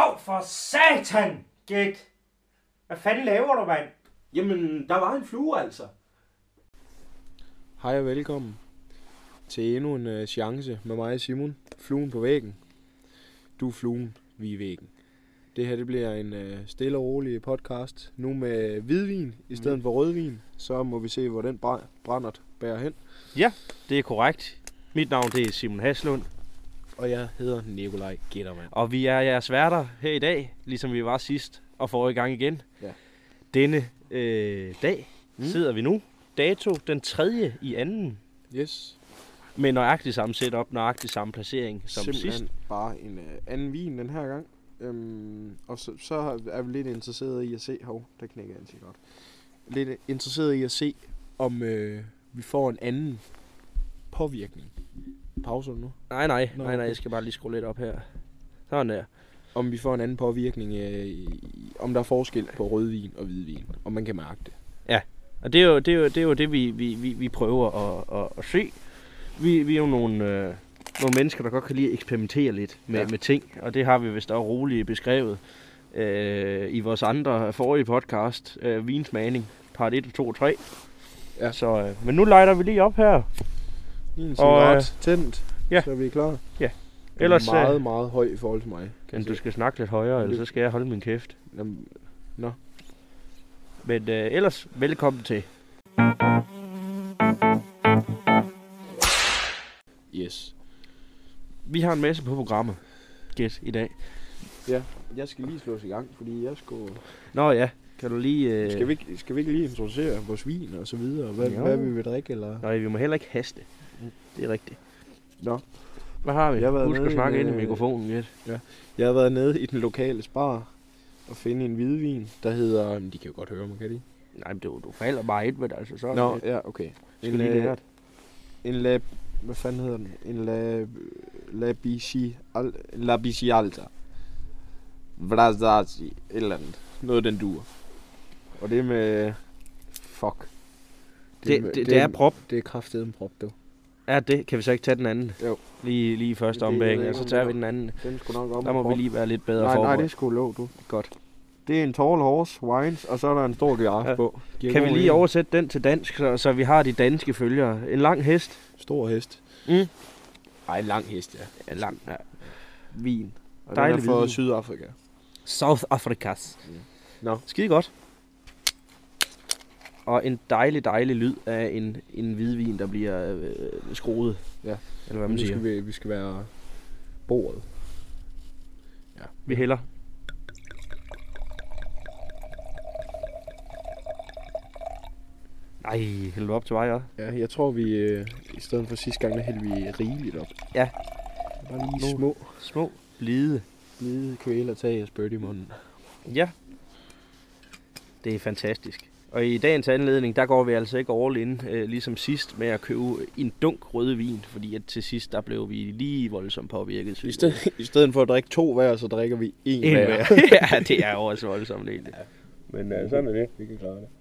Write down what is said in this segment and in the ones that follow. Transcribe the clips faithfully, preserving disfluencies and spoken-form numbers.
Åh, for satan, Gæt. Hvad fanden laver du, mand? Jamen, der var en flue, altså. Hej og velkommen til endnu en uh, chance med mig og Simon. Fluen på væggen. Du er fluen, vi er væggen. Det her det bliver en uh, stille og rolig podcast. Nu med hvidvin i stedet mm. for rødvin. Så må vi se, hvor den br- brændert bærer hen. Ja, det er korrekt. Mit navn det er Simon Haslund. Og jeg hedder Nikolaj Gittermann. Og vi er jeres værter her i dag, ligesom vi var sidst og forrige gang igen. Ja. Denne øh, dag mm. sidder vi nu. Dato den tredje i anden. Yes. Med nøjagtig samme setup, nøjagtig samme placering som Simpelthen sidst. bare en uh, anden vin den her gang. Øhm, og så, så er vi lidt interesseret i at se... Hov, der knækker jeg altid godt. Lidt interesseret i at se, om øh, vi får en anden påvirkning. Pauser nu? Nej, nej, Nå, nej, nej, okay. jeg skal bare lige skrue lidt op her. Sådan der. Om vi får en anden påvirkning, øh, i, om der er forskel på rødvin og hvidvin. Om man kan mærke det. Ja, og det er jo det, er jo, det, er jo det vi, vi, vi, vi prøver at, at, at se. Vi, vi er jo nogle, øh, nogle mennesker, der godt kan lide at eksperimentere lidt med, Ja. med ting. Og det har vi vist også roligt beskrevet øh, i vores andre forrige podcast. Øh, Vinsmagning, part et, to og tre. Ja. Så, øh, men nu lighter vi lige op her. En Og, cigaret øh, tændt, ja. så er vi klar. Ja. Den Ellers, er meget, øh, meget høj i forhold til mig. kan Men jeg du se. skal snakke lidt højere, eller så skal jeg holde min kæft. Jamen, Men øh, ellers, velkommen til. yes. Vi har en masse på programmet, Gæt, i dag. Ja, jeg skal lige slås i gang, fordi jeg skulle... Nå ja, kan du lige... Øh... Skal vi, ikke, skal vi ikke lige introducere vores vin og så videre? Hvad, Jo. hvad vi vil drikke, eller... Nej, vi må heller ikke haste. Det er rigtigt. Nå. Hvad har vi? Jeg har været Husk at nede i snakke en, ind i øh, mikrofonen lidt. Jeg har været nede i den lokale spar og finde en hvidvin, der hedder... Jamen, de kan jo godt høre mig, kan de? Nej, men du, du falder bare et med det, altså så. Nå, det, ja, okay. skal En, lige øh, lære det. en la... Hvad fanden hedder den? En la... La bici... Al, la bici alta. Vrazazi. Et eller andet. Noget den duer. Og det med... Fuck. Det, med- det, det er prop. Det er kraftedeme prop, du. Er det? Kan vi så ikke tage den anden? Jo. Lige, lige i første Det- ombæring, det- og så tager vi den anden. Den skulle nok om. Der må vi lige være lidt bedre Nej, nej, forberedt. det er sgu lov, du. Godt. Det er en tall horse wines, og så er der en stor giraffe Ja. på. Giver Kan vi god lige mening. oversætte den til dansk, så, så vi har de danske følgere? En lang hest. Stor hest. Mm. Ej, en lang hest, ja. Ja, lang. Ja. Vin. Og Dejlig den er fra hvidvin. Sydafrika. South Africas. Mm. Nå. Skide godt. Og en dejlig, dejlig lyd af en, en hvidvin, der bliver øh, skruet. Ja. Eller hvad man Nu siger. skal vi, vi skal være bordet. Ja. Vi hælder. Nej, hælder du op til mig også? Ja, jeg tror vi, øh, i stedet for sidste gang, der hældte vi rigeligt op. Ja. Bare lige Nu. små, Små, blide. blide kvæler tag og spyt i munden. Ja. Det er fantastisk. Og i dagens anledning, der går vi altså ikke all in, øh, ligesom sidst, med at købe en dunk rødvin, fordi at til sidst, der blev vi lige voldsomt påvirket. I, synes sted, jeg. I stedet for at drikke to hver, så drikker vi en, En hver. hver. Ja, det er jo også voldsomt egentlig. Men uh, sådan er det. Vi kan klare det.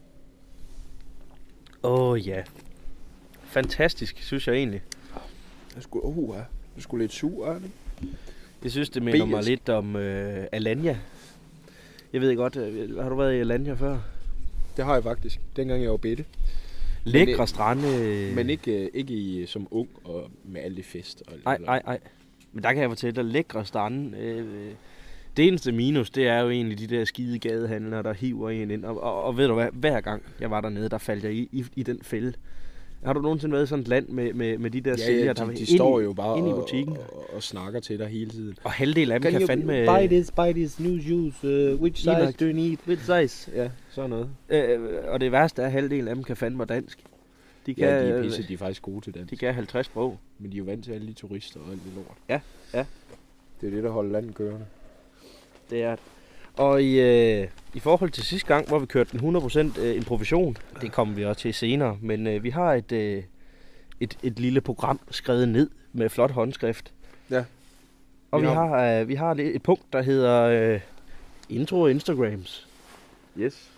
Åh oh, ja. Fantastisk, synes jeg egentlig. Jeg skulle, uh, ja. Du skulle lidt sur, er det? Jeg synes, det minder mig Beers. lidt om øh, Alanya. Jeg ved godt, øh, har du været i Alanya før? Det har jeg faktisk. Dengang jeg var bitte. Lækre det- strande. Men ikke, øh, ikke i, som ung og med alle det fest. Og Nej, nej, nej. Men der kan jeg fortælle dig, lækre strande. Øh, det eneste minus, det er jo egentlig de der skide gadehandlere, der hiver en ind. Og, og, og ved du hvad, hver gang jeg var dernede, der faldt jeg i, i, i den fælde. Har du nogensinde været i sådan et land med, med, med de der Ja, sælgere, ja, der de, var de inde står i- jo bare inde i og, butikken? og, og, og snakker til dig hele tiden. Og halvdelen af dem kan, fandme... buy this, buy this new juice, uh, which size like- do you need? Which size? Ja, sådan noget. Øh, og det værste er, at halvdelen af dem kan fandme dansk. De kan, Ja, de er pisse, de er faktisk gode til dansk. de kan halvtreds sprog. Men de er jo vant til alle de turister og alt det lort. Ja, ja. Det er det, der holder landet kørende. Det er det. Og i, øh, i forhold til sidste gang, hvor vi kørte den hundrede procent øh, improvisation, det kommer vi også til senere, men øh, vi har et, øh, et, et lille program skrevet ned med flot håndskrift. Ja. Og Vi vi har- har, øh, vi har et punkt, der hedder øh, intro og Instagrams. Yes.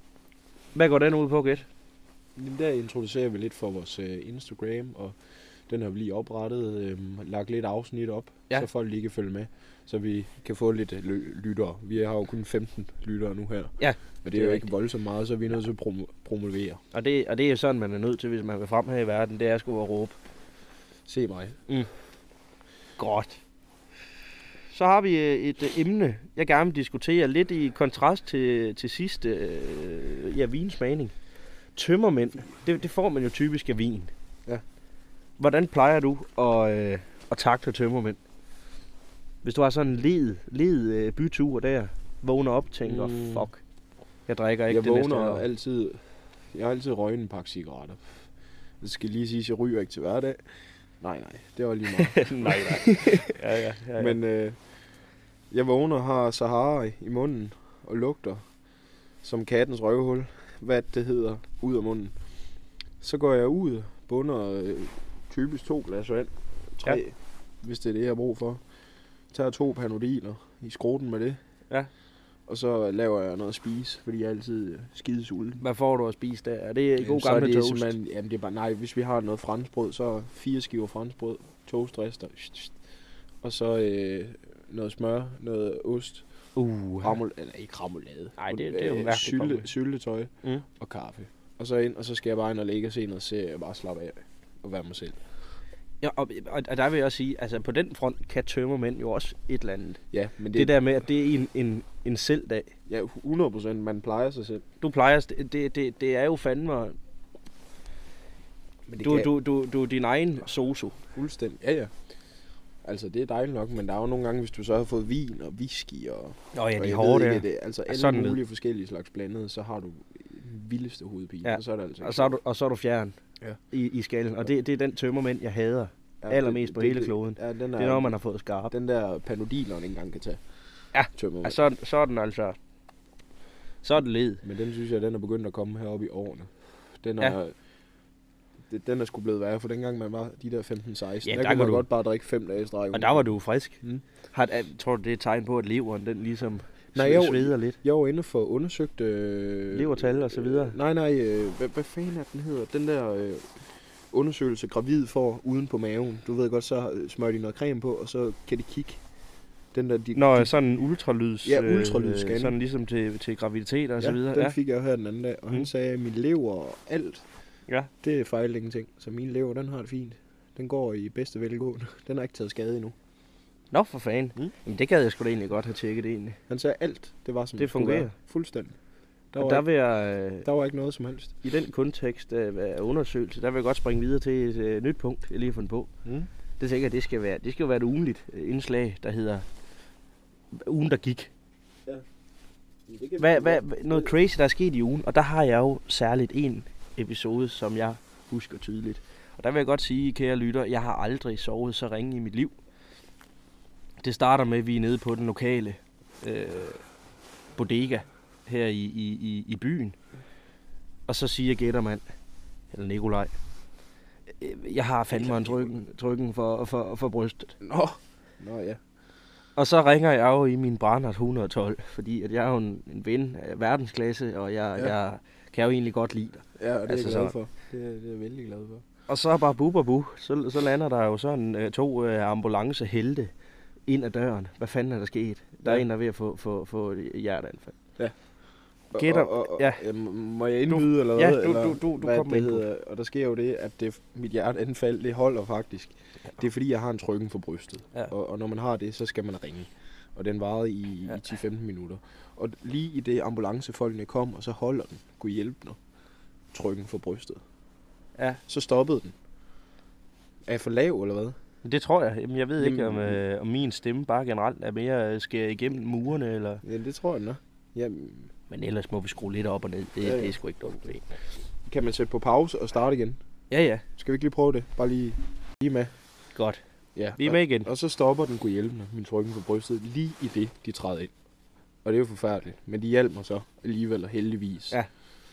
Hvad går den ud på, Gæt? Jamen, der introducerer vi lidt for vores uh, Instagram, og Den har vi lige oprettet, øh, lagt lidt afsnit op, Ja. så folk lige kan følge med. Så vi kan få lidt øh, ly- lyttere. Vi har jo kun femten lyttere nu her. Ja, Og det er jo ikke voldsomt meget, så er vi nødt til at prom- promovere. Og det, og det er sådan, man er nødt til, hvis man vil frem her i verden. Det er sgu at råbe. Se mig. Godt. Så har vi øh, et øh, emne, jeg gerne vil diskutere lidt i kontrast til, til sidste øh, ja, vinsmagning. Tømmermænd, det, det får man jo typisk af vin. Ja. Hvordan plejer du at, øh, at takle tømmermænd? Hvis du har sådan en led, led øh, bytur der, vågner op og tænker, Mm. fuck, jeg drikker ikke Jeg det næste vågner år. altid... Jeg har altid røget en pakke cigaretter. Det skal lige sige, at jeg ryger ikke til hverdag. Nej, nej, det var lige meget. nej, nej. Ja, ja, ja, ja. Men øh, jeg vågner og har Sahara i munden og lugter som kattens røvhul, hvad det hedder, ud af munden. Så går jeg ud, bunder øh, typisk to glas vand, tre, Ja. ja. hvis det er det, jeg har brug for. Tager to panodiler i skroten med det. Ja. Og så laver jeg noget at spise, fordi jeg er altid skide sulten. Hvad får du at spise der? Er det i god Så er gamle det toast? simpelthen- Jamen det er bare, nej, hvis vi har noget franskbrød, så fire skiver franskbrød, toastrester, og så øh, noget smør, noget ost, Uh, ramul, eller ikke ramulade. Nej, det- det er jo Øh, mærkeligt sylte, kommet. syltetøj Mm. og kaffe. Og så ind, og så skal jeg bare ind og ligge og se noget serie og bare slappe af og være mig selv. Ja, og, og der vil jeg også sige, altså på den front kan tømmermænd jo også et eller andet. Ja, men Det, det der med, at det er en, en, en selvdag. Ja, hundrede procent, man plejer sig selv. Du plejer, det, det, det, det er jo fandme, Men det du, kan du, du, du er din egen sosu. fuldstændig. Ja, ja. Altså, det er dejligt nok, men der er jo nogle gange, hvis du så har fået vin og whisky og... Nå ja, og de jeg ved hårde ikke, der. det, altså alle sådan mulige forskellige slags blandede, så har du den vildeste hovedpine, Ja. og så er det altså... Og så er du, og så er du fjern Ja. i, i skallen. Og det, det er den tømmermænd, jeg hader Ja, allermest det- på det- hele det- kloden. Ja, den er, Det er når man har fået skarp. den der panodileren ikke engang kan tage. Ja. Tømmer Ja, så, så er den altså... Så er det led. Men den synes jeg, den er begyndt at komme heroppe i årene. Den Ja. er... Det, den er sgu blevet værre, for dengang man var de der femten seksten, Ja, der, der kunne kan man du- godt bare drikke fem dage i streg. Og der var du frisk. Mm. Har, er, tror du, det er et tegn på, at leveren den ligesom Nej, jeg- sveder lidt? Jeg var inde for undersøgt... Øh, Levertal og så videre. Øh, nej, nej, øh, hvad, hvad fanden er den hedder? Den der øh, undersøgelse, gravid får uden på maven. Du ved godt, så øh, smører de noget creme på, og så kan de kigge. Den der, de, Nå, de, sådan en ultralyds... Ja, øh, ultralydsscanning. Sådan ligesom til, til graviditet og ja, så videre. den Ja. fik jeg her den anden dag, og Mm. han sagde, at min lever og alt, Ja. det er fejl ingenting. Så min lever, den har det fint. Den går i bedste velgående. Den har ikke taget skade endnu. Nå, for fanden. Mm. Jamen, det gad jeg sgu da egentlig godt have tjekket egentlig. Han sagde alt, det var som Det skulle fungerer. være. Fuldstændig. Der Og var, der ikke, vil jeg... øh, der var ikke noget som helst. I den kontekst af af undersøgelse, der vil jeg godt springe videre til et øh, nyt punkt, jeg lige har fundet på. Mm. Det tænker jeg, det skal være, det skal jo være et ugenligt øh, indslag, der hedder ugen, der gik. Hvad, hvad, hvad- noget crazy, der er sket i ugen, og der har jeg jo særligt en episode, som jeg husker tydeligt. Og der vil jeg godt sige, kære lytter, jeg har aldrig sovet så ringe i mit liv. Det starter med, at vi er nede på den lokale øh, bodega her i, i, i, i byen. Og så siger Gættermand, eller Nikolaj, øh, jeg har fandme en trykken, trykken for, for, for brystet. Nå. Nå ja. Og så ringer jeg jo i min Brandert et hundrede og tolv, fordi at jeg er jo en, en ven af verdensklasse, og jeg, Ja. jeg kan jo egentlig godt lide dig. Ja, og det Altså, er jeg glad så- for. Det, er- det er jeg vældig glad for. Og så bare bu, bu, bu, så, så lander der jo sådan øh, to øh, ambulancehelte ind ad døren. Hvad fanden er der sket? Der er Ja. en, der er ved at få, få, få et hjerteanfald. Og- Gætter- og, og, ja. ja. Må jeg indbyde, eller ja, hvad? du- eller du- du- du hvad kom det med hedder? Og der sker jo det, at det, mit hjerteanfald, det holder faktisk. Det er fordi, jeg har en trykken for brystet. Ja. Og, og når man har det, så skal man ringe. Og den varede i, Ja. i ti til femten minutter. Og lige i det ambulancefolkene kom, og så holder den, kunne hjælpe mig, trykken for brystet. Ja. Så stoppede den. Er jeg for lav, eller hvad? Det tror jeg. Jamen, jeg ved ikke, om, Jamen, øh, om min stemme bare generelt er mere øh, skærer igennem murene, eller... Ja, det tror jeg, den er. Jamen, Men ellers må vi skrue lidt op og ned. Det, Ja, ja. det er sgu ikke dumt. ved. kan man sætte på pause og starte igen? Ja, ja. Skal vi ikke lige prøve det? Bare lige, lige med. Godt. Ja, Vi er med igen. Og, og så stopper den kunne hjælpe mig, min trykken på brystet, lige i det, de træder ind. Og det er jo forfærdeligt. Men de hjalp mig så alligevel, heldigvis. Ja.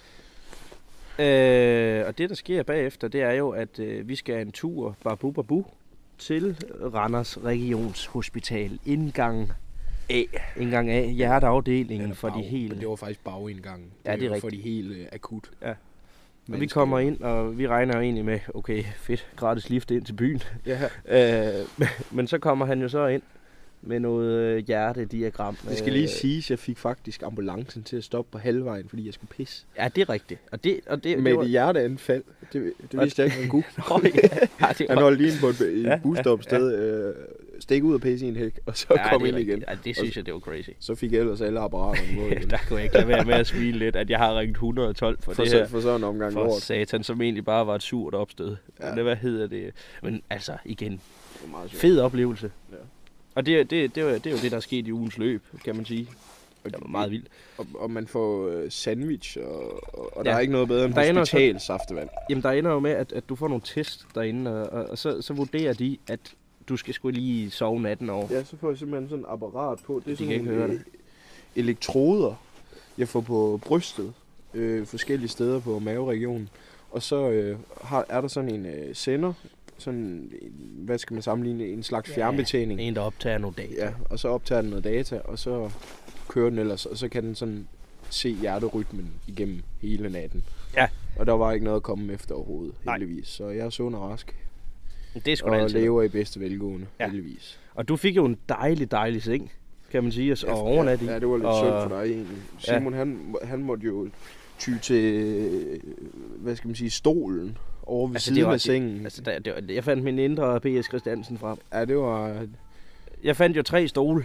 Øh, og det, der sker bagefter, det er jo, at øh, vi skal en tur, babu babu, til Randers Regionshospital. Indgang A. Indgang A. Hjerteafdelingen Eller for bag, de helt... Men det var faktisk bagindgangen. Ja, det er var rigtigt. for de helt uh, akut. Og vi kommer ind, og vi regner jo egentlig med, okay, fedt, gratis lift ind til byen. Ja. øh, men så kommer han jo så ind med noget hjertediagram. Det skal lige siges, jeg fik faktisk ambulancen til at stoppe på halvvejen, fordi jeg skulle pisse. Ja, det er rigtigt. Og det, og det, med det var... et hjerteanfald. Det, det vidste jeg ikke, han kunne. Nå, ja. Ja, det var... Han holdt lige ind på et, et ja, busstopsted, ja. øh, stik ud og pisse i en hæk, og så ja, kom ind igen. Ja, det synes jeg, det var crazy. Så fik jeg ellers alle apparaterne på igen. Der kunne jeg ikke lade være med at smile lidt, at jeg har ringt et hundrede og tolv for, for det her. For sådan en omgang for lort. satan, som egentlig bare var et surt opstød. Ja. Men hvad hedder det? Men altså, igen, meget fed oplevelse. Ja. Og det, det, det, var, det er jo det, der er sket i ugens løb, kan man sige. Det var meget vildt. Og, og man får øh, sandwich, og, og, og ja. der er ikke noget bedre end hospital saftevand. Jamen, der ender jo med, at, at du får nogle test derinde, og, og, og så, så vurderer de, at du skal sgu lige sove natten over. Ja, så får jeg simpelthen sådan et apparat på. Det er de sådan kan ikke høre det. Elektroder, jeg får på brystet, øh, forskellige steder på maveregionen. Og så øh, har, er der sådan en øh, sender, sådan, hvad skal man sammenligne, en slags ja, fjernbetjening. En, der optager nogle data. Ja, og så optager den noget data, og så kører den ellers, og så kan den sådan se hjerterytmen igennem hele natten. Ja. Og der var ikke noget at komme efter overhovedet, Nej. heldigvis. Så jeg er sund og rask. Det er sgu og altid. lever i bedste velgående, ja. heldigvis. Og du fik jo en dejlig, dejlig seng, kan man sige, at ja, overnatte i. Ja, det var lidt og... synd for dig egentlig. Simon, ja. han, han måtte jo ty til, hvad skal man sige, stolen over ved altså, siden var, af sengen. Det, altså, det var, jeg fandt min indre P S Christiansen frem. Ja, det var... Jeg fandt jo tre stole.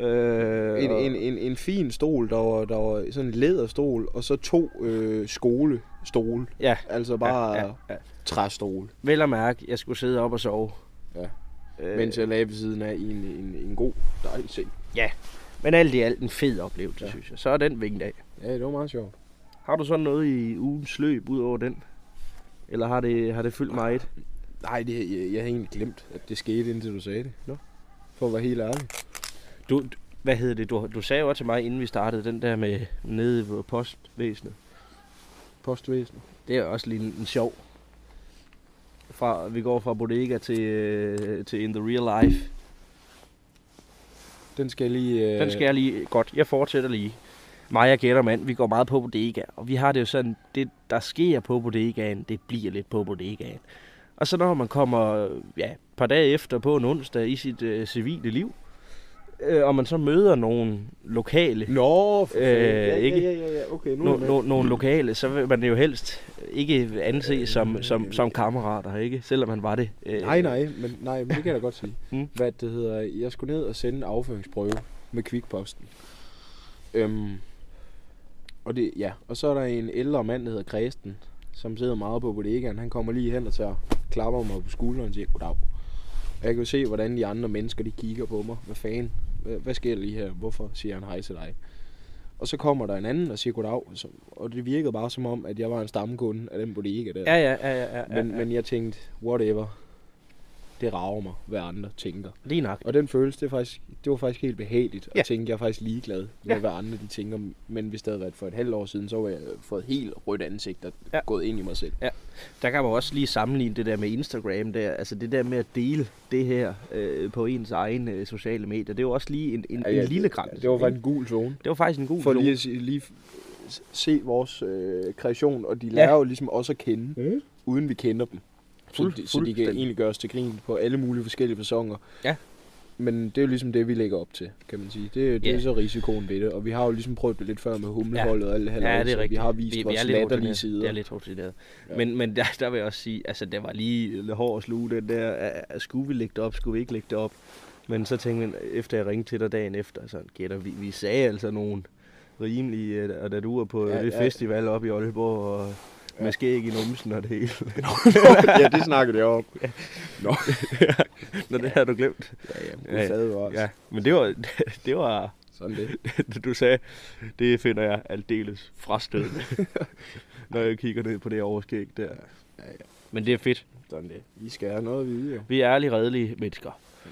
Øh, en, en, en, en fin stol, der var, der var sådan en læderstol, og så to øh, skolestole. Ja. Altså bare ja, ja, ja. træstole. Vel at mærke, jeg skulle sidde op og sove. Ja. Øh, Mens jeg lagde ved siden af i en, en, en god, dejlig seng. Ja, men alt i alt en fed oplevelse, ja. Synes jeg. Så er den vinget af. Ja, det var meget sjovt. Har du sådan noget i ugens løb ud over den? Eller har det, har det fyldt meget? Nej, det, jeg, jeg har egentlig glemt, at det skete, indtil du sagde det. Nå. For at være helt ærlig. Du, hvad hedder det? Du, du sagde jo også til mig, inden vi startede, den der med nede på postvæsenet. Postvæsenet? Det er også lige en, en sjov. Fra, vi går fra bodega til, øh, til in the real life. Den skal jeg lige... Øh... Den skal jeg lige... Godt, jeg fortsætter lige. Mig og Gættermand, vi går meget på bodega. Og vi har det jo sådan, det der sker på bodegaen, det bliver lidt på bodegaen. Og så når man kommer ja, et par dage efter på en onsdag i sit øh, civile liv, øh, og man så møder nogle lokale, Nå, for øh, ja, ikke? Ja, ja, ja, okay, nu no, no, nogle lokale, så vil man jo helst ikke anse som, som, som kammerater, ikke? Selvom man var det. Øh, nej, nej, men, nej, men det kan jeg da godt sige. Hmm? Hvad det hedder, jeg skulle ned og sende en afføringsprøve med Kvikposten. Øhm, og, det, ja, og så er der en ældre mand, der hedder Kristen, som sidder meget på bodegaen. Han kommer lige hen og tager, klapper mig på skulderen og siger goddag. Og jeg kan jo se, hvordan de andre mennesker, de kigger på mig. Hvad fanden? Hvad, hvad sker der lige her? Hvorfor siger han hej til dig? Og så kommer der en anden og siger goddag. Og det virkede bare som om, at jeg var en stamkunde af den bodega der. Ja, ja, ja, ja, ja, men, ja. men jeg tænkte, whatever. Det rager mig, hvad andre tænker. Lige nok. Og den følelse, det, faktisk, det var faktisk helt behageligt. Ja. At tænke, jeg er faktisk ligeglad med, ja. hvad andre de tænker. Men hvis det havde været for et halvt år siden, så var jeg fået helt rødt ansigt og ja. gået ind i mig selv. Ja. Der kan man også lige sammenligne det der med Instagram. Der. Altså det der med at dele det her øh, på ens egen øh, sociale medier. Det er jo også lige en, en, ja, ja, en lille grænse. Ja, det var faktisk en gul zone. Det var faktisk en gul for zone. For lige at lige se vores øh, kreation, og de lærer ja. jo ligesom også at kende, mm. uden vi kender dem. Så de, så de kan egentlig gøre os til grin på alle mulige forskellige faconer. Ja. Men det er jo ligesom det, vi lægger op til, kan man sige. Det, det yeah. er så risikoen ved det. Og vi har jo ligesom prøvet det lidt før med humleholdet ja. og alt det her. Ja, det er rigtigt. Vi har vist vi, vores vi latterlige sider. Det er lidt rutineret. Ja. Men, men der, der vil jeg også sige, altså det var lige lidt hård at sluge den der, at skulle vi lægge det op, skulle vi ikke lægge det op. Men så tænkte jeg, efter jeg ringte til dig dagen efter, så gætter vi, vi sagde altså nogle rimelige, og da du var på ja, det ja. festival oppe i Aalborg, og ja. med skæg i numsen og det hele. Ja, det snakkede jeg om. Ja. Nå. Nå, det har du glemt. Ja, ja, det fade var også. Ja, men det var, det var sådan det. Du sagde, det finder jeg aldeles frastødende, når jeg kigger ned på det overskæg der. Ja, ja. Men det er fedt. Sådan det. Vi skal have noget at vide, jo. Vi er ærlige, redelige mennesker.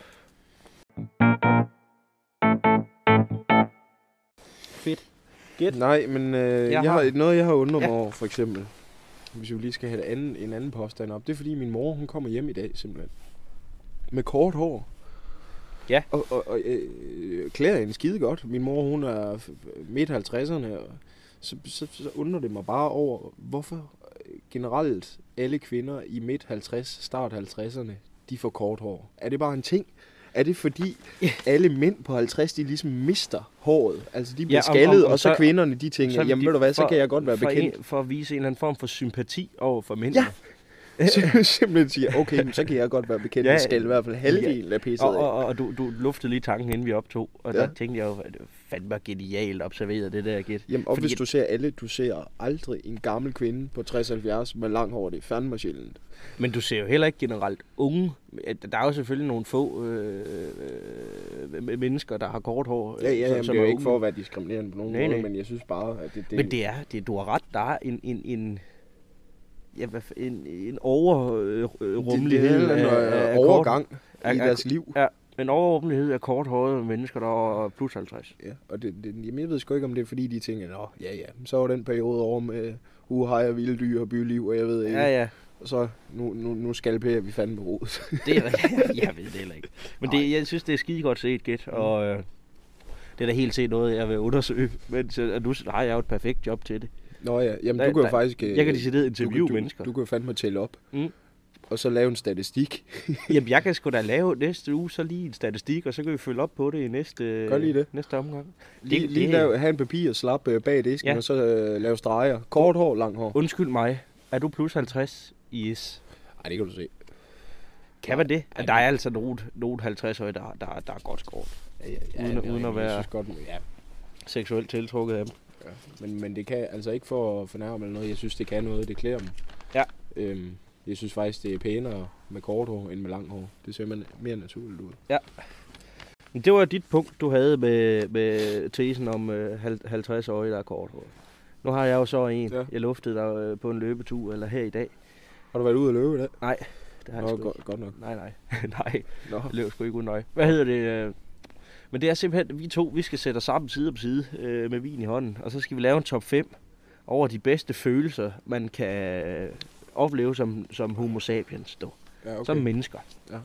Fedt. Get. Nej, men øh, jeg, jeg har noget, jeg har undret mig ja. over, for eksempel. Hvis vi lige skal have anden, en anden påstand op. Det er fordi min mor, hun kommer hjem i dag simpelthen. Med kort hår. Ja. Og, og, og øh, klæder hende skide godt. Min mor, hun er midt halvtredserne. Og så, så, så undrer det mig bare over, hvorfor generelt alle kvinder i midt halvtreds, start halvtredserne, de får kort hår? Er det bare en ting? Er det fordi alle mænd på halvtreds, de ligesom mister håret? Altså de bliver Ja, om- skaldet, om- om og så så- kvinderne, de tænker, vil jamen de ved du hvad, så for- kan jeg godt være for bekendt. En, for at vise en eller anden form for sympati over for mændene. Ja. Så simpelthen siger, okay, men så kan jeg godt være bekendt, Ja, ja, skal i hvert fald halvdelen af pisset Og, af. og, og du, du luftede lige tanken, inden vi optog, og Ja. der tænkte jeg jo, at det var fandme genialt observeret, det der gæt. Jamen, og Fordi- hvis du ser alle, du ser aldrig en gammel kvinde på tres halvfjerds med lang hår, det er fandme sjældent. Men du ser jo heller ikke generelt unge. Der er jo selvfølgelig nogle få øh, øh, mennesker, der har kort hår. Ja, ja, som, jamen, som det er jo ikke unge. for at være diskriminerende på nogen Nej, måde, nej. men jeg synes bare, at det... det Men det er, det, du har ret, der er en, en, en, ja, hvad, f- en, en overrummelighed det, det er en af, af overgang kort, i af- deres liv. Ja, en overrummelighed af korthårede mennesker, der er plus halvtreds. Ja, og det, det, jamen, jeg ved sgu ikke, om det er fordi, de tænker, nå, ja, ja, så var den periode over med huhej og vilde dyr og byliv, og jeg ved ikke. Ja, ja. Og så, nu, nu, nu skalperer vi fandme rodet. Det er, jeg ved det heller ikke. Men det, jeg synes, det er skide godt set, gæt, og øh, det er da helt set noget, jeg vil undersøge. Men så, og nu har jeg jo et perfekt job til det. Nå ja, jamen Der- du kan jo der- faktisk... øh, jeg kan decideret interviewe du, du, mennesker. Du kan jo fandme tælle op, Mm. og så lave en statistik. Jamen, jeg kan sgu da lave næste uge så lige en statistik, og så kan vi følge op på det i næste, Gør lige det. næste omgang. Lige, Det- lige det- lave, have en papir og slap øh, bag disken, Ja. og så øh, lave streger. Kort hår, lang hår. Undskyld mig, er du plus halvtreds? Yes. Ej, det kan du se. Kan man det? Der er altså nogle, nogle halvtreds-årige, der, der, der er godt skåret. Ja, ja, Uden- ja, uden at jeg være- synes godt, ja, Seksuelt tiltrukket af dem. ja. Men, men det kan altså ikke for at fornærme eller noget. Jeg synes, det kan noget. Det klæder dem. Ja. Øhm, jeg synes faktisk, det er pænere med kort hår end med lang hår. Det ser man mere naturligt ud. Men det var dit punkt, du havde med, med tesen om øh, halvtreds-årige, der er korthåret. Nu har jeg jo så en, Ja. jeg luftede der øh, på en løbetur, eller her i dag. Har du været ude at løbe i dag? Nej, det har jeg Nå, sgu godt, ikke. godt nok. Nej, nej. nej, Nå. jeg løber sgu ikke uden nøje. Hvad hedder det? øh? Men det er simpelthen, vi to, vi skal sætte os sammen side om side øh, med vin i hånden, og så skal vi lave en top fem over de bedste følelser, man kan øh, opleve som, som homo sapiens, dog. Ja, Okay. okay. Som mennesker. Ja.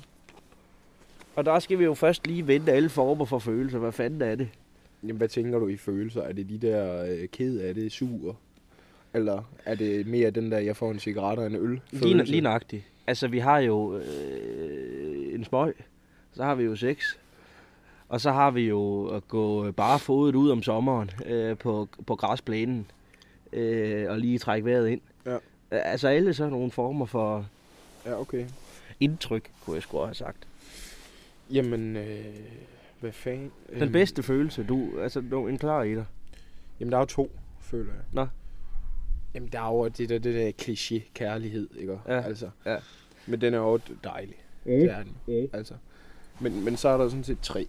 Og der skal vi jo først lige vente alle former for følelser. Hvad fanden er det? Jamen, hvad tænker du i følelser? Er det de der øh, ked af det, sur? Eller er det mere den der, jeg får en cigaret og en øl? Lige, følelse? lige nøjagtigt. Altså, vi har jo øh, en smøg, så har vi jo sex, og så har vi jo at gå bare fodet ud om sommeren øh, på, på græsplænen, øh, og lige trække vejret ind. Ja. Altså, alle sådan nogle former for Ja, okay. indtryk, kunne jeg sgu have sagt. Jamen, øh, hvad fanden? Den bedste følelse, du, altså, du er en klar i dig. Jamen, der er jo to, føler jeg. Nå. Jamen, der er jo det der, det der kliché-kærlighed, ikke? Ja. Altså. Ja. Men den er jo dejlig. Mm. Det er den. Mm. Altså. Men, men så er der sådan set tre.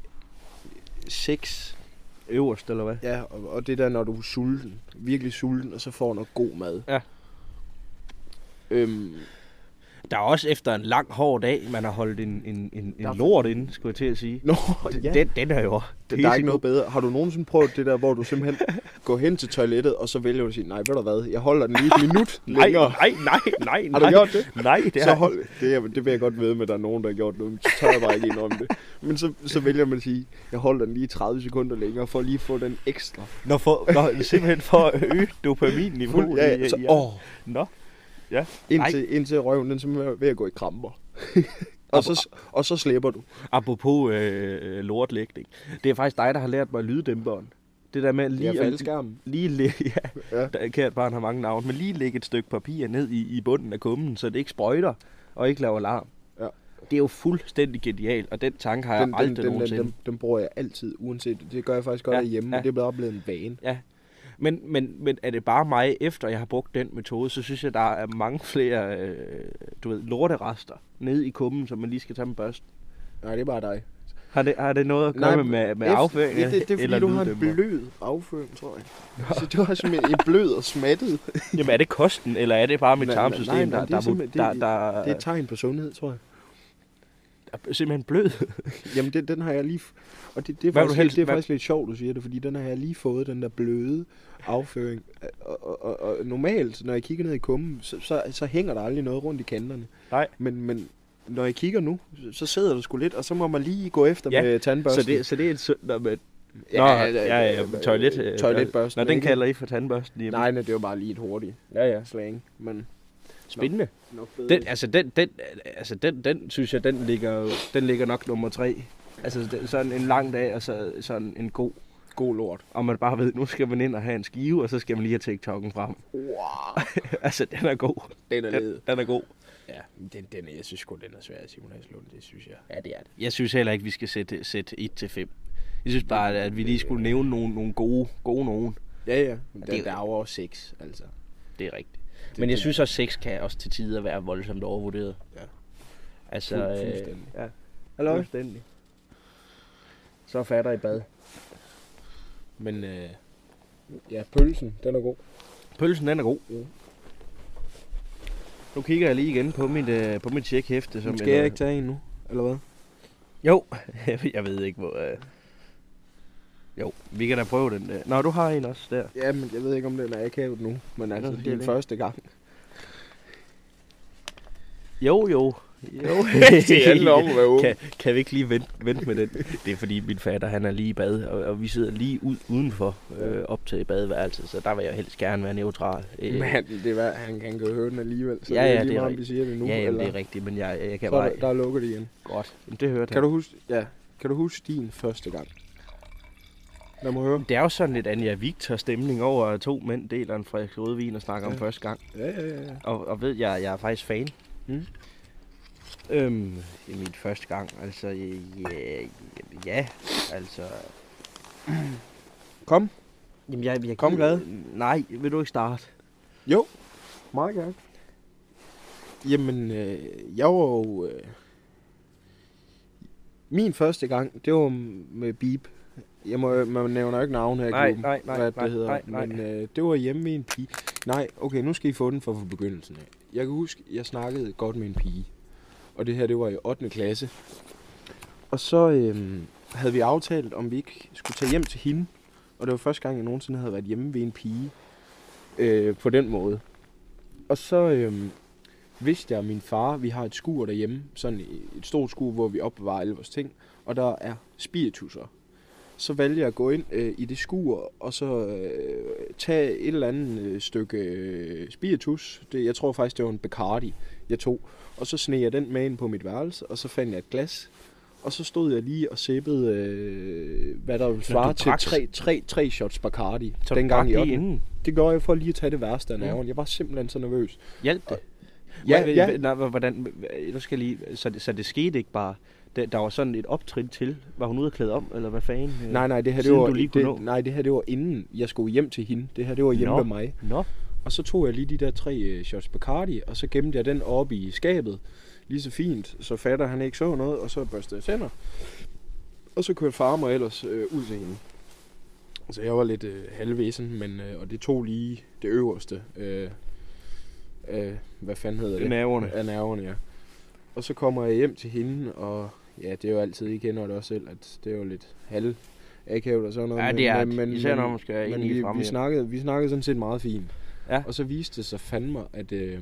Seks. Øverst, eller hvad? Ja, og, og det der, når du er sulten. Virkelig sulten, og så får noget god mad. Ja. Øhm, Der er også efter en lang, hård dag, man har holdt en, en, en, en Der- lort inde, skulle jeg til at sige. Nå, Den, ja. den, den er jo Det, der er ikke noget bedre. Har du nogensinde prøvet det der, hvor du simpelthen går hen til toilettet, og så vælger du at sige, nej, ved du hvad, jeg holder den lige et minut Nej, længere. nej, nej, nej, Har du nej. gjort det? Nej, det Så har hold, det, er, det vil jeg godt vide med, at der er nogen, der har gjort noget, men så tør jeg bare ikke indrømme det. Men så, så vælger man at sige, jeg holder den lige tredive sekunder længere, for lige at få den ekstra. Når for, når, simpelthen for at øge dopaminniveauet. Fuld, ja, ja, så, i- i- åh, Nå, ja. indtil, indtil røven, den simpelthen er ved at gå i kramper. og, så, og så slipper du. Apropos øh, lortlægning. Det er faktisk dig, der har lært mig lyddæmperen. Det der med Lige lige ja, at faldskærmen. lige lægge, ja, Ja. der, kært barn har mange navne, men lige lægge et stykke papir ned i, i bunden af kummen, så det ikke sprøjter og ikke laver larm. Ja. Det er jo fuldstændig genialt, og den tanke har jeg Den, den, aldrig den, den, nogensinde. den, den bruger jeg altid, uanset. Det gør jeg faktisk godt Ja, ja, hjemme, ja. ja. Det er blevet oplevet en vane. Ja, men, men, men er det bare mig, efter jeg har brugt den metode, så synes jeg, der er mange flere, øh, du ved, lorterester nede i kummen, som man lige skal tage med børsten. Nej, det er bare dig. Har det, har det noget at gøre Nej, med, med Efter- afføring det, det, det er fordi, eller du har en lyddæmper? blød afføring, tror jeg. Så du har simpelthen en blød og smattet. Jamen er det kosten, eller er det bare mit Nej, tarmsystem, nej, der, nej, det er der, simpelthen- der, det- der, Det er et tegn på sundhed, tror jeg. er simpelthen blød? Jamen, det, den har jeg lige... F- og det, det er, Hvad vil faktisk, du helst- lidt, det er hvad- faktisk lidt sjovt, du siger det, fordi den har jeg lige fået, den der bløde afføring. Og, og, og, og normalt, når jeg kigger ned i kummen, så, så, så hænger der aldrig noget rundt i kanterne. Nej. Men, men når jeg kigger nu, så sidder der sgu lidt, og så må man lige gå efter Ja, med tandbørsten. Så det, så det er et synd, når man... Ja, Nå, ja, ja, ja, ja, toilet, øh, toiletbørsten, Nå, den ikke? kalder I for tandbørsten hjemme. Nej, nej, det er jo bare lige et hurtigt Ja, ja. slang. Men, Spændende. Nok bedre. Den, altså, den, den, altså den, den, synes jeg, den ligger, den ligger nok nummer tre. Altså, den, sådan en lang dag, og så sådan en god, god lort. og man bare ved, nu skal man ind og have en skive, og så skal man lige have TikTok'en frem. Wow. Altså, den er god. Den er led. Den, den er god. Ja, den, den er, jeg synes sgu, den er svær, Simon Haslund, det synes jeg. Ja, det er det. Jeg synes heller ikke, vi skal sætte, sætte et til fem. Jeg synes bare, at vi lige skulle nævne nogle, nogle gode, gode nogen. Ja, ja. Men det er der, der er jo også seks, altså. Det er rigtigt. Det, Men jeg det, synes også, seks kan også til tider være voldsomt overvurderet. Ja. Altså, Fuld- øh, fuldstændig. ja. Halløj. Fuldstændig. Så fatter i bad. Men øh, ja, pølsen, den er god. Pølsen, den er god. Ja. Nu kigger jeg lige igen på mit, øh, på mit tjekhæfte. Som Skal jeg ikke tage en nu, eller hvad? Jo, jeg ved ikke hvor... Øh... Jo, vi kan da prøve den der. Nå, du har en også der. Ja, men jeg ved ikke, om den er akavet nu. Men altså, Nå, det det er er din det. første gang. Jo, jo. Jo. Det handler om at være ung. Kan, kan vi ikke lige vente, vente med den? Det er fordi min fatter, han er lige i bad, og, og vi sidder lige ud, udenfor øh, op til badeværelset, så der vil jeg helst gerne være neutral. Øh, Men han, det er, han kan jo høre den alligevel, så Ja, det er ja, lige det er meget, om vi rigtigt. siger det nu. ja, jamen, eller? det er rigtigt, men jeg, jeg kan Så bare... der, der lukker det igen. Godt. Jamen, det hørte Kan han. du huske, ja, kan du huske din første gang? Lad mig høre. Det er jo sådan lidt Anja Victor stemning over, at to mænd deler en frisk rødvin og snakker Ja. om første gang. Ja, ja, ja. Og, og ved jeg, jeg er faktisk fan. Mm. Øhm, i min første gang, altså, ja, ja altså... Kom. Jamen, jeg, jeg Kom glad. Nej, vil du ikke starte? Jo, meget gerne. Jamen, øh, jeg var jo... Øh, min første gang, det var med Beep. Jeg må, man nævner ikke navn her i Nej, klubben, nej, nej, hvad nej, det hedder. nej, nej. Men øh, det var hjemme med en pige. Nej, okay, nu skal I få den fra begyndelsen af. Jeg kan huske, jeg snakkede godt med en pige. Og det her, det var i ottende klasse. Og så øh, havde vi aftalt, om vi ikke skulle tage hjem til hende. Og det var første gang, jeg nogensinde havde været hjemme ved en pige. Øh, på den måde. Og så øh, vidste jeg, at min far, vi har et skur derhjemme. Sådan et stort skur, hvor vi opbevarer alle vores ting. Og der er spiritusser. Så valgte jeg at gå ind øh, i det skur, og så øh, tage et eller andet øh, stykke øh, spiritus. Det, jeg tror faktisk, det var en Bacardi, jeg tog. Og så sneg jeg den med ind på mit værelse, og så fandt jeg et glas. Og så stod jeg lige og sippede, øh, hvad der ville svare til tre, tre, tre shots Bacardi. Så dengang i lige ottende. inden. Det gjorde jeg for lige at tage det værste af Mm. nerven. Jeg var simpelthen så nervøs. Hjælp det. Ja, Hvor- ja. Nej, hvordan, nu skal jeg lige, så, det, så det skete ikke bare. Der, der var sådan et optrin til. Var hun ude at klæde om, eller hvad fanden? øh? Nej, nej, det her det Siden var, du lige kunne nå. det, nej, det her det var inden jeg skulle hjem til hende. Det her det var hjemme Nå. med mig. Nå, Og så tog jeg lige de der tre øh, shots Bacardi, og så gemte jeg den oppe i skabet. Lige så fint, så fatter han ikke så noget, og så børste jeg tænder. Og så kørte far mig ellers øh, ud til hende. Så jeg var lidt øh, halvvæsen, men, øh, og det tog lige det øverste. Øh, øh, hvad fanden hedder det? nerverne. Af nerverne, ja. Og så kommer jeg hjem til hende, og ja, det er jo altid, I kender det også selv, at det er jo lidt halv akavet og sådan noget. Ja, det er det. Især når man skal ind men i vi, frem vi, hjem. snakkede, vi snakkede sådan set meget fint. Ja. Og så viste det sig fandme, at... Øh,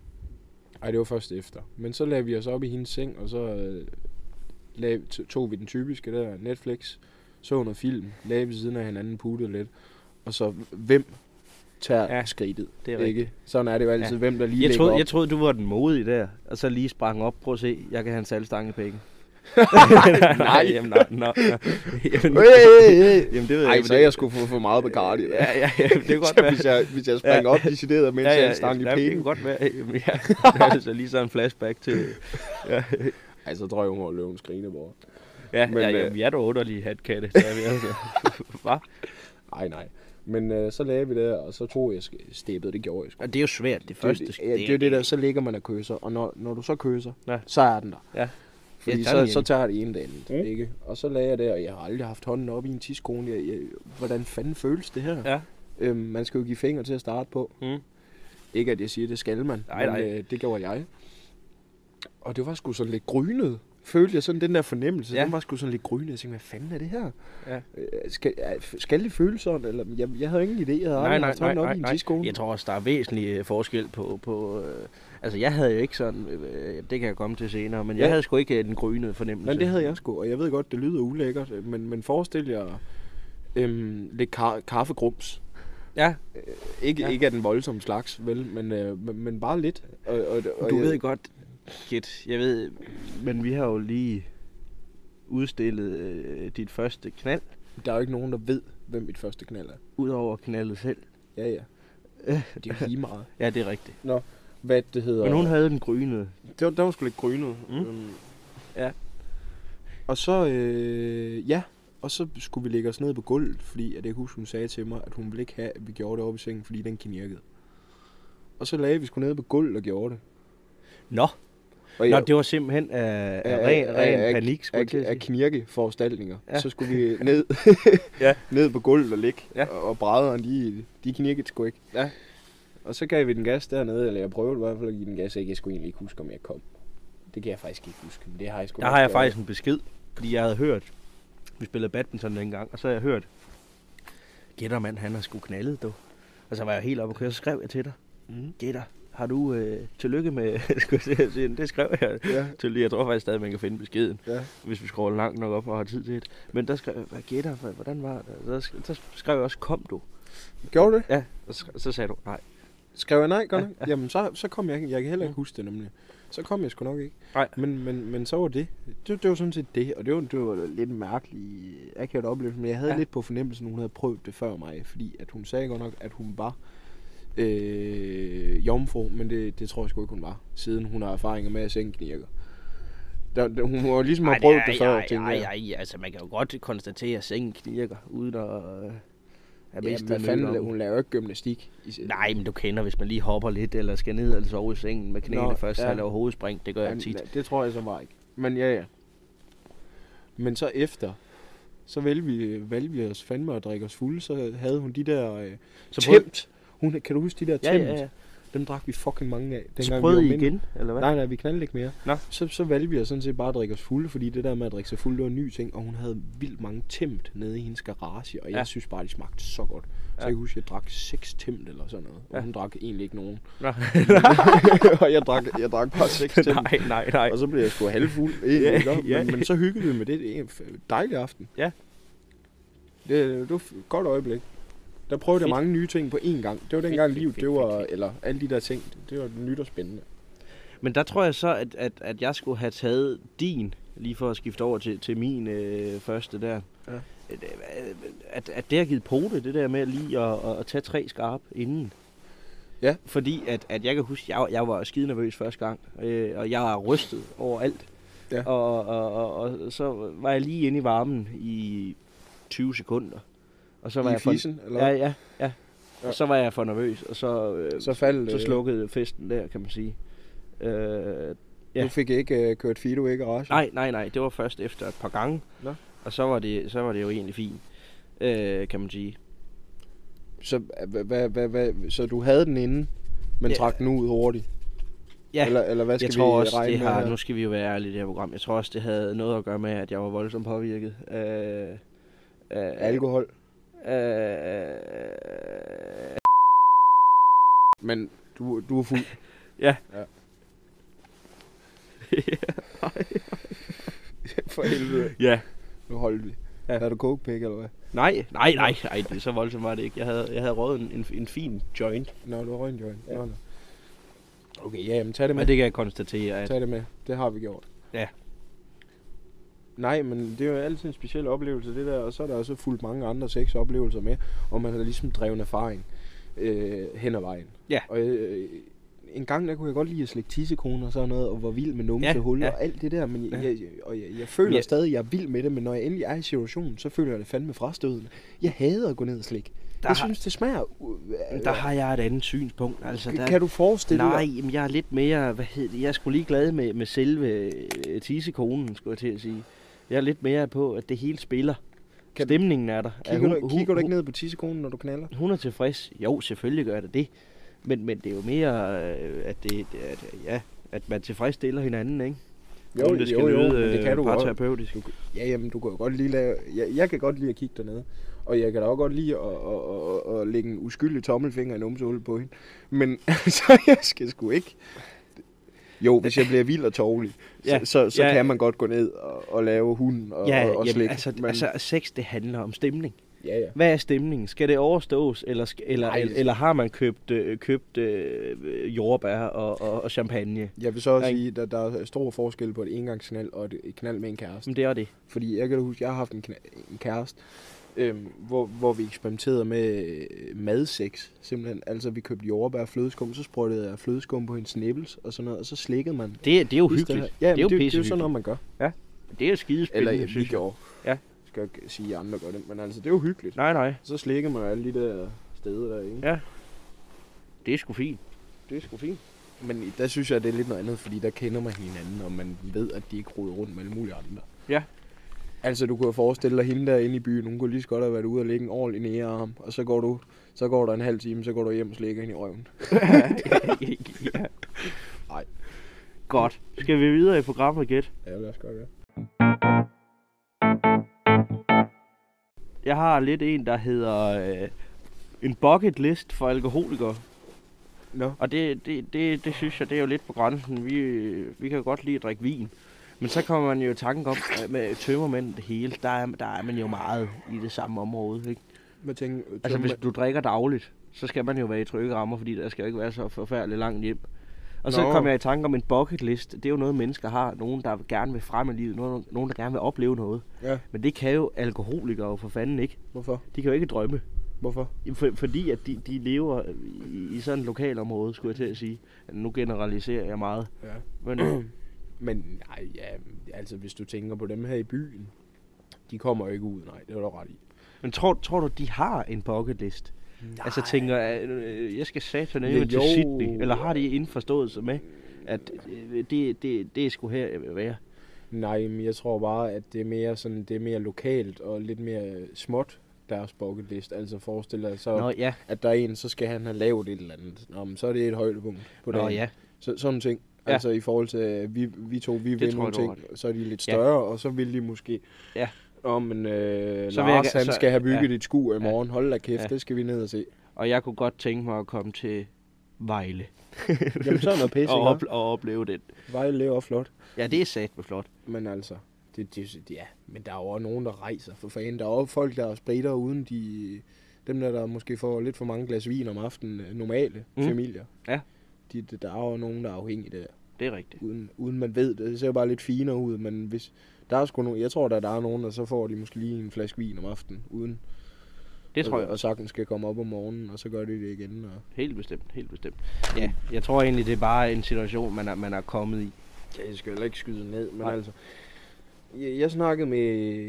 ej, det var først efter. Men så lagde vi os op i hendes seng, og så øh, lag, tog vi den typiske der Netflix, så noget film, lagde ved siden af hinanden, puttede lidt. Og så, hvem tager Ja, ja, skridtet? det er rigtigt. Ikke? Sådan er det jo altid, Ja. hvem der lige Jeg lægger troede, op. jeg troede, du var den modige der, og så lige sprang op. Prøv at se, jeg kan have en salgstang i penge. nej, jamen, nej, nej, nej. Jamen, Hey, hey, hey. jamen, det ved jeg Ej, ikke. så jeg skulle få for meget Bacardi. Ja, ja, ja, det kan godt være. hvis, jeg, hvis jeg springer op decideret, mens Ja, jeg ja, er en stang i ja, det kan penge. godt være. Jamen, ja, det er altså lige sådan en flashback til... Ja, Ej, så tror jeg, hun var løvens skrineborg. ja, Men, ja, ja øh, vi er da underlige hatkatte, så er vi altså. Hva? Nej, nej. Men øh, så lagde vi det, og så tog jeg sk- steppet, det gjorde jeg sgu. Og det er jo svært, det første. Det, ja, det er jo det der, så ligger man og kysser, og når, når du så kysser, Ja. så er den der. Ja. Fordi Ja, der er den så, så igen. tager det ene det andet, Mm. ikke? Og så lagde jeg det, og jeg har aldrig haft hånden op i en tidskone. Jeg, jeg, hvordan fanden føles det her? Ja. Øhm, man skal jo give fingre til at starte på. Mm. Ikke at jeg siger, det skal man, Nej, men nej. Øh, det gjorde jeg. Og det var sgu sådan lidt grynet. Følte jeg sådan den der fornemmelse, Ja. den var sgu sådan lidt grynet. Jeg tænkte, hvad fanden er det her? Ja. Øh, skal, skal det føles sådan? Eller, jeg, jeg havde ingen idé, jeg havde Nej, aldrig nej, haft nej, hånden op nej, i en nej. tidskone. Jeg tror også, der er væsentlig øh, forskel på... på øh, altså, jeg havde jo ikke sådan... Øh, det kan jeg komme til senere, men jeg Ja. havde sgu ikke øh, den grønne fornemmelse. Men det havde jeg sgu, og jeg ved godt, det lyder ulækkert, men, men forestil jer øhm, lidt ka- kaffegrums Ja. Øh, ikke, Ja. ikke af den voldsomme slags, vel, men, øh, men, men bare lidt. Og, og, og Du jeg, ved godt, Kit, jeg ved, men vi har jo lige udstillet øh, dit første knald, Der er jo ikke nogen, der ved, hvem mit første knald er. udover knaldet selv. Ja, ja. Det er jo lige meget. Ja, det er rigtigt. Hvad det hedder... Men hun havde den grynede. Det var, der var sgu lidt grynet. Mm. Øhm, Ja. Og så, øh, ja, og så skulle vi lægge os ned på gulvet, fordi at jeg husker, hun sagde til mig, at hun ville ikke have, at vi gjorde det oppe i sengen, fordi den knirkede. Og så lagde vi sgu ned på gulvet og gjorde det. Nå, Og Nå jeg, det var simpelthen af, af, ren, ren panik, skulle jeg til af, at af sige. knirkeforanstaltninger. Ja. Ja. Så skulle vi ned, Ja. ned på gulvet og ligge, Ja. og, og brædderne, de, de knirkede sgu ikke. Ja. Og så gav vi den gas dernede, eller jeg prøvede i hvert fald at give den gas, ikke? Jeg skulle egentlig ikke huske, om jeg kom. Det kan jeg faktisk ikke huske, men det har jeg sgu Der nok har jeg gjort. faktisk en besked, fordi jeg havde hørt, vi spillede badminton dengang, og så har jeg hørt, Gættermand, han har sgu knaldet, du. Og så var jeg helt oppe og køre, så skrev jeg til dig, Mhm. Gætter, har du øh, tillykke med, skulle jeg til at sige, det skrev jeg Ja, til, jeg tror faktisk stadig, man kan finde beskeden, ja. hvis vi scroller langt nok op og har tid til det. Men der skrev jeg, hvad Gætter, hvad- hvordan var det? Så, så skrev jeg også, kom du? Gjorde du det? Ja, og så, så sagde du, nej. Skrev jeg nej, godt Ja, nok? Ja, Jamen, så, så kom jeg ikke. Jeg kan heller ikke huske det, nemlig. Så kom jeg sgu nok ikke. Nej. Men, men, men så var det. Det, det var sådan set det. Og det var, det var lidt mærkeligt. Jeg kan jo opleve, men jeg havde Ja. ja. lidt på fornemmelsen, at hun havde prøvet det før mig. Fordi at hun sagde godt nok, at hun var øh, jomfru. Men det, det tror jeg sgu ikke, hun var. Siden hun har erfaringer med at sengknirker. Der, der, hun må ligesom have prøvet det før, tænker ej, jeg. ej, ej, altså man kan jo godt konstatere, at sengen knirker, uden at øh, have Ja, mistet hvad nød fanden, om- hun laver ikke gymnastik. I, Nej, men du kender, hvis man lige hopper lidt, eller skal ned og sove i sengen med knæene Nå, først, ja. så laver hovedspring. Det gør jeg Men, tit. Det tror jeg så var ikke. Men ja, ja. Men så efter, så valgte vi, valgte vi os fandme at drikke os fulde, så havde hun de der øh, Så prøv- temt. Hun, kan du huske de der Ja, temt? ja, ja. Dem drak vi fucking mange af. Så dengang vi prøvede var I mindre. igen, eller hvad? Nej, nej, vi knaldede ikke mere. Nå. Så, så valgte vi os sådan set bare at drikke os fulde, fordi det der med at drikke sig fulde, det var en ny ting, og hun havde vildt mange temt nede i hendes garage, og jeg Ja. synes bare, de smagte så godt. Så Ja. jeg kan huske, at jeg drak seks temt eller sådan noget, og Ja. hun drak egentlig ikke nogen. Nå. og jeg drak, jeg drak bare seks temt. nej, nej, nej. Og så blev jeg sgu halvfuld. Ja, Ja, ja. men, men så hyggede vi med det. Det er en f- dejlig aften. Ja. Det, det var et godt øjeblik. Der prøvede jeg Fedt. mange nye ting på én gang. Det var Fedt, dengang fedt, livet, fedt, det var, fedt, fedt. eller alle de der ting, det var nyt og spændende. Men der tror jeg så, at, at, at jeg skulle have taget din, lige for at skifte over til, til min øh, første der. Ja. At, at, at det har givet pote, det der med lige at, at, at tage tre skarp inden. Ja. Fordi at, at jeg kan huske, jeg, jeg var skide nervøs første gang, øh, og jeg var rystet over alt. Ja. Og, og, og, og så var jeg lige inde i varmen i tyve sekunder. Og så var I jeg for, fissen, eller? ja, ja, ja, Ja. Og så var jeg for nervøs, og så, øh, Så faldt så øh, slukkede festen der, kan man sige. Øh, ja. Du fik ikke uh, kørt Fido i garagen? Nej, nej, nej. Det var først efter et par gange. Nå. Og så var det, så var det jo egentlig fint, øh, kan man sige. Så, hva, hva, hva, hva, så du havde den inde, men Ja. trak den ud hurtigt? Ja, Eller, eller hvad skal jeg tror vi også, regne det med har, her? nu skal vi jo være ærlige i det her program. Jeg tror også, det havde noget at gøre med, at jeg var voldsomt påvirket af, af Alkohol? af, Men du, du er fuld. Ja. ja. For helvede. ja. Nu holdt vi. Ja. Ja. Har du kokepik, eller hvad? Nej, nej, nej, nej, det er så voldsomt var det ikke. Jeg havde, jeg havde røget en, en, en fin joint. Nå, du har røget en joint. Ja. Nå, nå. Okay, ja, jamen tag det med. Men det kan jeg konstatere, at Tag det med. Det har vi gjort. Ja. Nej, men det er jo altid en speciel oplevelse, det der. Og så er der også fulgt mange andre seks oplevelser med. Og man har ligesom drevet erfaring øh, hen ad vejen. Ja. Og øh, en gang der kunne jeg godt lide at slikke tissekoner og sådan noget, og var vild med numsehul Ja, ja, ja. og alt det der. Men jeg, Ja. jeg, og jeg, jeg føler Ja. ja. stadig, at jeg er vild med det, men når jeg endelig er i situationen, så føler jeg det fandme frastødende. Jeg hader at gå ned og slikke. Der Jeg har- synes, det smager... Uh, der har jeg et andet synspunkt. Altså, der, kan du forestille nej, dig? jamen, jeg er lidt mere, hvad hedder det, jeg er sgu lige glad med, med selve øh, tissekonen, skulle jeg til at sige. Jeg er lidt mere på, at det hele spiller. Kan- Stemningen er der. Kigger, Er du, kigger du ikke ned på tissekonen, når du knaller? Hun er tilfreds. Jo, selvfølgelig gør det det. Men, men det er jo mere, øh, at, det, det, at, ja, at man tilfredsstiller hinanden, ikke? Jo, Uden det skal jo, jo, lyde, men det kan øh, du godt. parterapeutisk. Ja, jamen, du kan jo godt lige lave... Jeg, jeg kan godt lide at kigge dernede. Og jeg kan da også godt lide at, at, at, at lægge en uskyldig tommelfinger i numsehul på hende. Men altså, jeg skal sgu ikke... Jo, hvis jeg bliver vild og tovlig, Ja, så, så, så ja. kan man godt gå ned og, og lave hunden og, Ja, og, og jamen, slik. altså, men, altså, sex, det handler om stemning. Ja, ja. Hvad er stemningen? Skal det overstås, eller, sk- eller, Nej, eller, eller har man købt, øh, købt øh, jordbær og, og, og champagne? Jeg vil så også Nej. sige, at der er stor forskel på et engangsknald og et et knald med en kæreste. Men det er det. Fordi jeg kan da huske, jeg har haft en, kna- en kæreste, øhm, hvor, hvor vi eksperimenterede med øh, madsex, simpelthen. Altså, vi købte jordbær og flødeskum, så sprøjtede jeg flødeskum på hendes nipples og sådan noget, og så slikkede man. Det, det er jo Hvis der- hyggeligt. Ja, det er jo det, det er jo pissehyggeligt. sådan noget, man gør. Det er jo skidespændende, Eller ja, vi synes jeg. gjorde. Ja. Skal jeg ikke sige, at andre gør det, men altså, det er jo hyggeligt. Nej, nej. Så slikkede man jo alle de der steder der, ikke? Ja. Det er sgu fint. Det er sgu fint. Men der synes jeg, det er lidt noget andet, fordi der kender man hinanden, og man ved, at de ikke roder rundt med alle mulige andre. Ja. Altså, du kunne jo forestille dig hende derinde i byen, hun kunne lige så godt have været ude og lægge en ordentlig nære arm, og så går du, så går der en halv time, så går du hjem og slikker hende i røven. Ja. Nej. Godt. Skal vi videre i programmet, Gæt? Ja, lad os gøre det. Jeg har lidt en, der hedder øh, en bucket list for alkoholikere. Nå. Og det, det, det, det synes jeg, det er jo lidt på grænsen. Vi, vi kan jo godt lide at drikke vin. Men så kommer man jo i tanken om, at med tømmermænd det hele, der er, der er man jo meget i det samme område, ikke? Hvad tænker du? Altså, hvis du drikker dagligt, så skal man jo være i trygge rammer, fordi der skal jo ikke være så forfærdeligt langt hjem. Og så Nå. kom jeg i tanke om en bucket list. Det er jo noget, mennesker har. Nogen, der gerne vil frem i livet. Nogen, nogen der gerne vil opleve noget. Ja. Men det kan jo alkoholikere jo for fanden ikke. Hvorfor? De kan jo ikke drømme. Hvorfor? For, fordi at de, de lever i, i sådan et lokalområde, skulle jeg til at sige. Nu generaliserer jeg meget. Ja. Men, Men nej, ja, altså hvis du tænker på dem her i byen, de kommer jo ikke ud, nej, det er du ret i. men tror, tror du, de har en bucket list? Nej. Altså tænker, at øh, jeg skal satan Ja, ned til jo. Sydney. Eller har de indforståelse med, at øh, det, det, det er sgu her, jeg vil være? Nej, men jeg tror bare, at det er mere sådan, det er mere lokalt og lidt mere småt, deres bucket list. Altså forestil dig så, Nå ja, at der er en, så skal han have lavet et eller andet. Nå, men så er det et højdepunkt på Nå, dagen. ja. Så, sådan en ting. Ja. Altså i forhold til, at vi, vi to, vi vil tror nogle jeg, du ting, har så er de lidt Ja. større, og så vil de måske... Ja. Åh, men øh, Så vil jeg Lars, ga- han så- skal have bygget ja. et skur i Ja. morgen. Hold da kæft, Ja. det skal vi ned og se. Og jeg kunne godt tænke mig at komme til Vejle. Jamen, så er noget pisse, og, ikke? op- og opleve den. Vejle er også flot. Ja, det er satme flot. Men altså, det, det, ja, men der er jo også nogen, der rejser for fanden. Der er også folk, der spritter uden de... Dem der, der måske får lidt for mange glas vin om aftenen, øh, normale Mm. mm. familier. Ja. De, der er jo nogen, der er afhængige af det der, Det er rigtigt. uden, uden man ved det. Det ser jo bare lidt finere ud, men hvis... Der er sgu nogen, jeg tror, der, der er nogen, der så får de måske lige en flaske vin om aftenen, uden... Det tror og, jeg Og sagtens skal komme op om morgenen, og så gør de det igen. Og... helt bestemt, helt bestemt. Ja, jeg tror egentlig, det er bare en situation, man er, man er kommet i. Ja, jeg skal heller ikke skyde ned, men Nej. altså... Jeg, jeg snakkede med...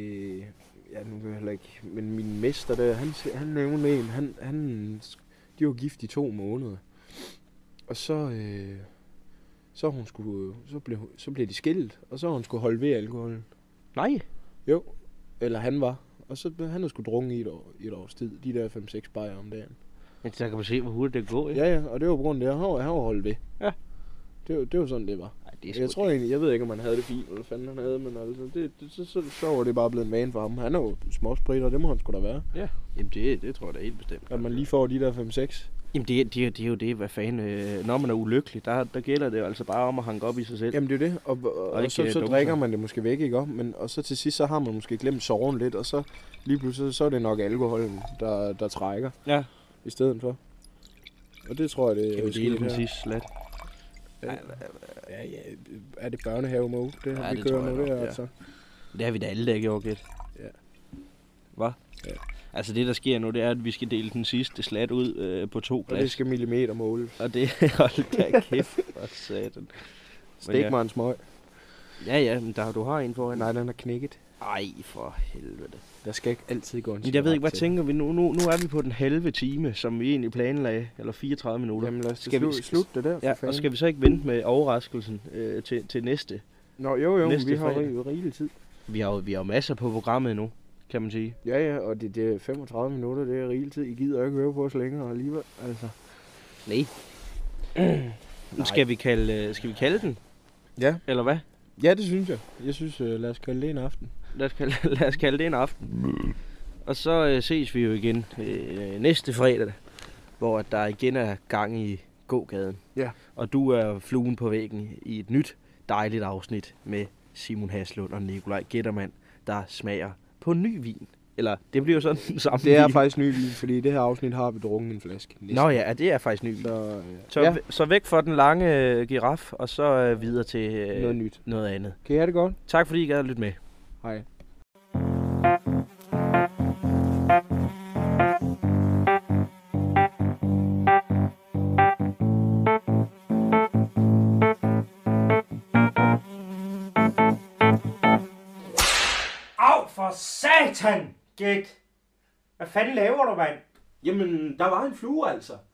Ja, nu kan jeg heller ikke... Men min mester der, han, han nævnte en, han, han... De var gift i to måneder. Og så... Øh, så hun skulle... Så blev, så blev de skilt, og så hun skulle holde ved alkoholen. Nej, Jo. Eller han var. Og så blev han havde sgu drukket i et, år, i et års tid. De der fem seks bajer om dagen. men så kan man se, hvor hurtigt det går, ikke? Ja, ja, og det var på grund af det. Han var, han var holdt ved. Ja. Det, var- det var sådan, det var. Ej, det er Jeg sgu tror egentlig, jeg ved ikke, om han havde det fint, eller hvad fanden han havde, men altså, det, det, så, så, så var det bare blevet en vane for ham. Han er jo småspritter, det må han sgu da være. Ja, jamen det, det tror jeg da helt bestemt. At man lige får de der fem seks. Jamen det, det, det er jo det, hvad fanden, øh, når man er ulykkelig, der, der gælder det jo altså bare om at hanke op i sig selv. Jamen det er det, og, og, og, ikke, og så, øh, så dumme drikker sig. man det måske væk, ikke? Men, og så til sidst, så har man måske glemt sorgen lidt, og så lige pludselig, så er det nok alkoholen, der, der trækker Ja, i stedet for. Og det tror jeg, det jamen, det er sket den her. sidste slat. Ja, ja, ja, er det børnehave mode? Det har Ja, vi det kørt tror jeg nu, nok, det er ja. altså. Det har vi da alle dage gjort, Gæt. Ja. Hvad? Ja. Altså det, der sker nu, det er, at vi skal dele den sidste slat ud øh, på to Og det glas. skal millimeter måle. Og det, hold da kæft, for satan. Stik ja. mig en smøg. Ja, ja, men der, du har en foran. Nej, den er knækket. Ej, for helvede. Der skal ikke altid gå en Men jeg ved ikke, hvad cigaret til. tænker vi nu? nu? Nu er vi på den halve time, som vi egentlig planlagde, eller fireogtredive minutter. Jamen lad os Skal vi- slu- slutte det der, for Ja, fanden. og skal vi så ikke vente med overraskelsen øh, til, til næste? Nå, jo, jo, men næste vi har fredag? rig- rigelig tid. Vi har jo vi har jo masser på programmet nu, kan man sige. Ja, ja, og det, det er femogtredive minutter, det er rigelig tid. I gider ikke høre på os længere alligevel, altså. Nej. Nu skal vi kalde, øh, skal vi kalde den, Ja, eller hvad? ja, det synes jeg. Jeg synes, uh, lad os kalde det en aften. Lad os kalde, lad os kalde det en aften. Og så øh, ses vi jo igen øh, næste fredag, hvor at der igen er gang i gågaden. Ja. Og du er fluen på væggen i et nyt dejligt afsnit med Simon Haslund og Nikolaj Gettermann, der smager på ny vin. Eller, det bliver jo sådan den samme Det er vin. faktisk ny vin, fordi i det her afsnit har vi drukket en flaske. Næsten. Nå ja, det er faktisk ny vin. Så, ja. Så, ja, så væk fra den lange øh, giraf, og så øh, videre til øh, noget nyt. noget andet. Kan I have det godt? Tak fordi I gad at lytte med. Hej. Au for satan, Gæt! Hvad fanden laver du, mand? Jamen, der var en flue altså.